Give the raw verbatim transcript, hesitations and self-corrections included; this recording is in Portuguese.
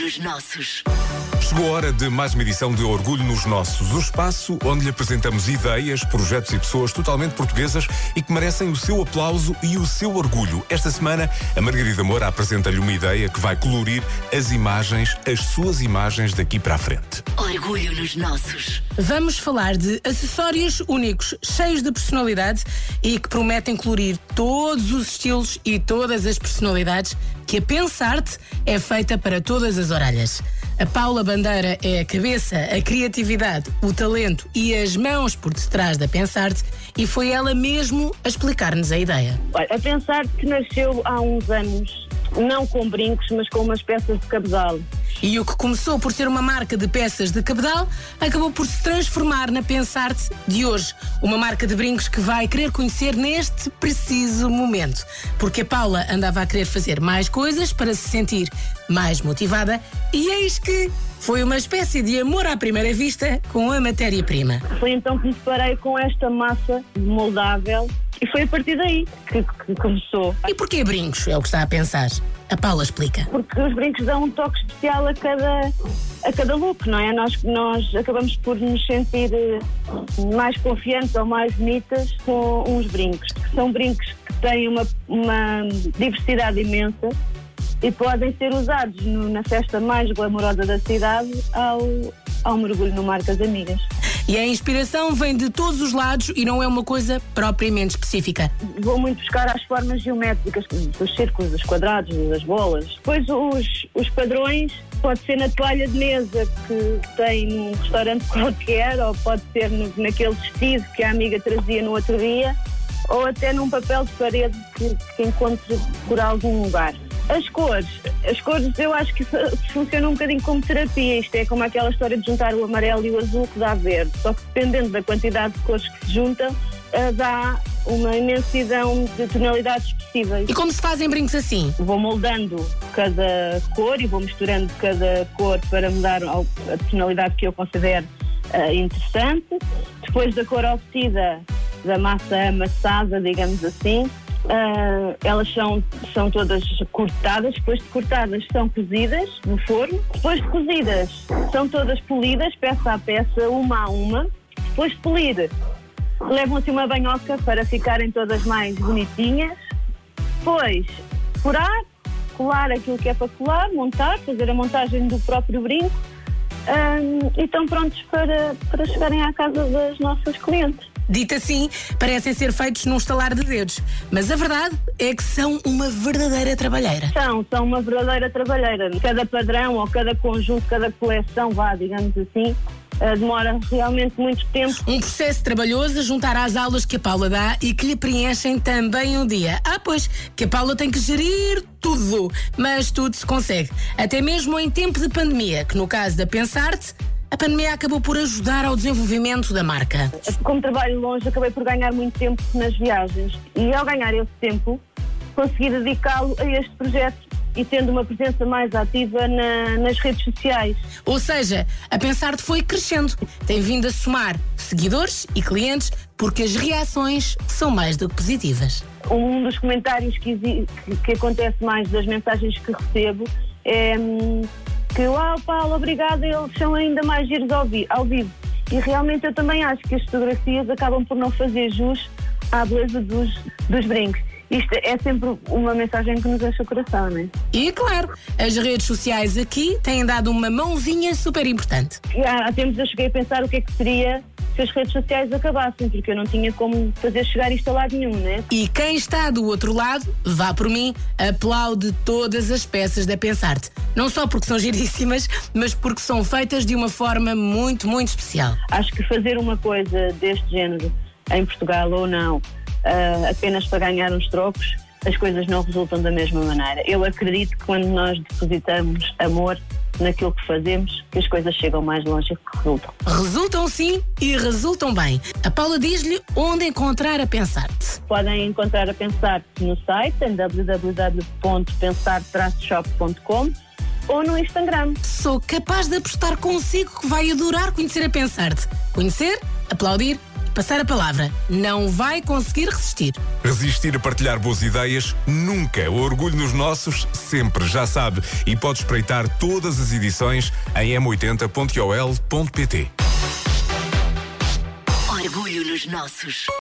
nos nossos. Chegou a hora de mais uma edição de Orgulho nos Nossos, o espaço onde lhe apresentamos ideias, projetos e pessoas totalmente portuguesas e que merecem o seu aplauso e o seu orgulho. Esta semana, a Margarida Moura apresenta-lhe uma ideia que vai colorir as imagens, as suas imagens daqui para a frente. Orgulho nos nossos. Vamos falar de acessórios únicos, cheios de personalidade e que prometem colorir todos os estilos e todas as personalidades, que a Pensarte é feita para todas as orelhas. A Paula Bandeira é a cabeça, a criatividade, o talento e as mãos por detrás da Pensarte e foi ela mesmo a explicar-nos a ideia. Olha, a Pensarte nasceu há uns anos, não com brincos, mas com umas peças de cabedal. E o que começou por ser uma marca de peças de cabedal acabou por se transformar na Pensarte de hoje. Uma marca de brincos que vai querer conhecer neste preciso momento. Porque a Paula andava a querer fazer mais coisas para se sentir mais motivada e eis que foi uma espécie de amor à primeira vista com a matéria-prima. Foi então que me deparei com esta massa moldável e foi a partir daí que, que começou. E porquê brincos? É o que está a pensar. A Paula explica. Porque os brincos dão um toque especial a cada, a cada look, não é? Nós, nós acabamos por nos sentir mais confiantes ou mais bonitas com uns brincos. São brincos que têm uma, uma diversidade imensa e podem ser usados no, na festa mais glamourosa da cidade ao, ao mergulho no Mar das Amigas. E a inspiração vem de todos os lados e não é uma coisa propriamente específica. Vou muito buscar as formas geométricas, os círculos, os quadrados, as bolas. Depois os, os padrões, pode ser na toalha de mesa que tem num restaurante qualquer, ou pode ser no, naquele vestido que a amiga trazia no outro dia, ou até num papel de parede que, que encontre por algum lugar. As cores, as cores eu acho que funcionam um bocadinho como terapia. Isto é como aquela história de juntar o amarelo e o azul que dá verde. Só que dependendo da quantidade de cores que se juntam, dá uma imensidão de tonalidades possíveis. E como se fazem brincos assim? Vou moldando cada cor e vou misturando cada cor para mudar a tonalidade que eu considero uh, interessante. Depois da cor obtida, da massa amassada, digamos assim, Uh, elas são, são todas cortadas. Depois de cortadas são cozidas no forno. Depois de cozidas são todas polidas, peça a peça, uma a uma. Depois de polir, levam-se uma banhoca para ficarem todas mais bonitinhas. Depois furar, colar aquilo que é para colar, montar, fazer a montagem do próprio brinco uh, e estão prontos para, para chegarem à casa das nossas clientes. Dito assim, parecem ser feitos num estalar de dedos, mas a verdade é que são uma verdadeira trabalheira. São, são uma verdadeira trabalheira. Cada padrão ou cada conjunto, cada coleção, vá, digamos assim, demora realmente muito tempo. Um processo trabalhoso a juntar às aulas que a Paula dá e que lhe preenchem também um dia. Ah, pois, que a Paula tem que gerir tudo, mas tudo se consegue. Até mesmo em tempo de pandemia, que no caso da Pensarte, a pandemia acabou por ajudar ao desenvolvimento da marca. Como trabalho longe, acabei por ganhar muito tempo nas viagens. E ao ganhar esse tempo, consegui dedicá-lo a este projeto e tendo uma presença mais ativa na, nas redes sociais. Ou seja, a Pensarte foi crescendo. Tem vindo a somar seguidores e clientes porque as reações são mais do que positivas. Um dos comentários que, que, que acontece mais das mensagens que recebo é que, uau, Paulo, obrigada, eles são ainda mais giros ao, vi ao vivo. E realmente eu também acho que as fotografias acabam por não fazer jus à beleza dos, dos brincos. Isto é sempre uma mensagem que nos enche o coração, não é? E claro, as redes sociais aqui têm dado uma mãozinha super importante. E há, há tempos eu cheguei a pensar o que é que seria se as redes sociais acabassem, porque eu não tinha como fazer chegar isto a lado nenhum, não é? E quem está do outro lado, vá por mim, aplaude todas as peças da Pensarte. Não só porque são giríssimas, mas porque são feitas de uma forma muito, muito especial. Acho que fazer uma coisa deste género, em Portugal ou não, Uh, apenas para ganhar uns trocos, as coisas não resultam da mesma maneira. Eu acredito que quando nós depositamos amor naquilo que fazemos, que as coisas chegam mais longe do que resultam. Resultam sim e resultam bem. A Paula diz-lhe onde encontrar a Pensarte. Podem encontrar a Pensarte no site em w w w ponto pensarte traço shop ponto com ou no Instagram. Sou capaz de apostar consigo que vai adorar conhecer a Pensarte. Conhecer, aplaudir passar a palavra. Não vai conseguir resistir. Resistir a partilhar boas ideias? Nunca. O Orgulho nos Nossos, sempre, já sabe. E pode espreitar todas as edições em m oitenta ponto i o l ponto p t. Orgulho nos Nossos.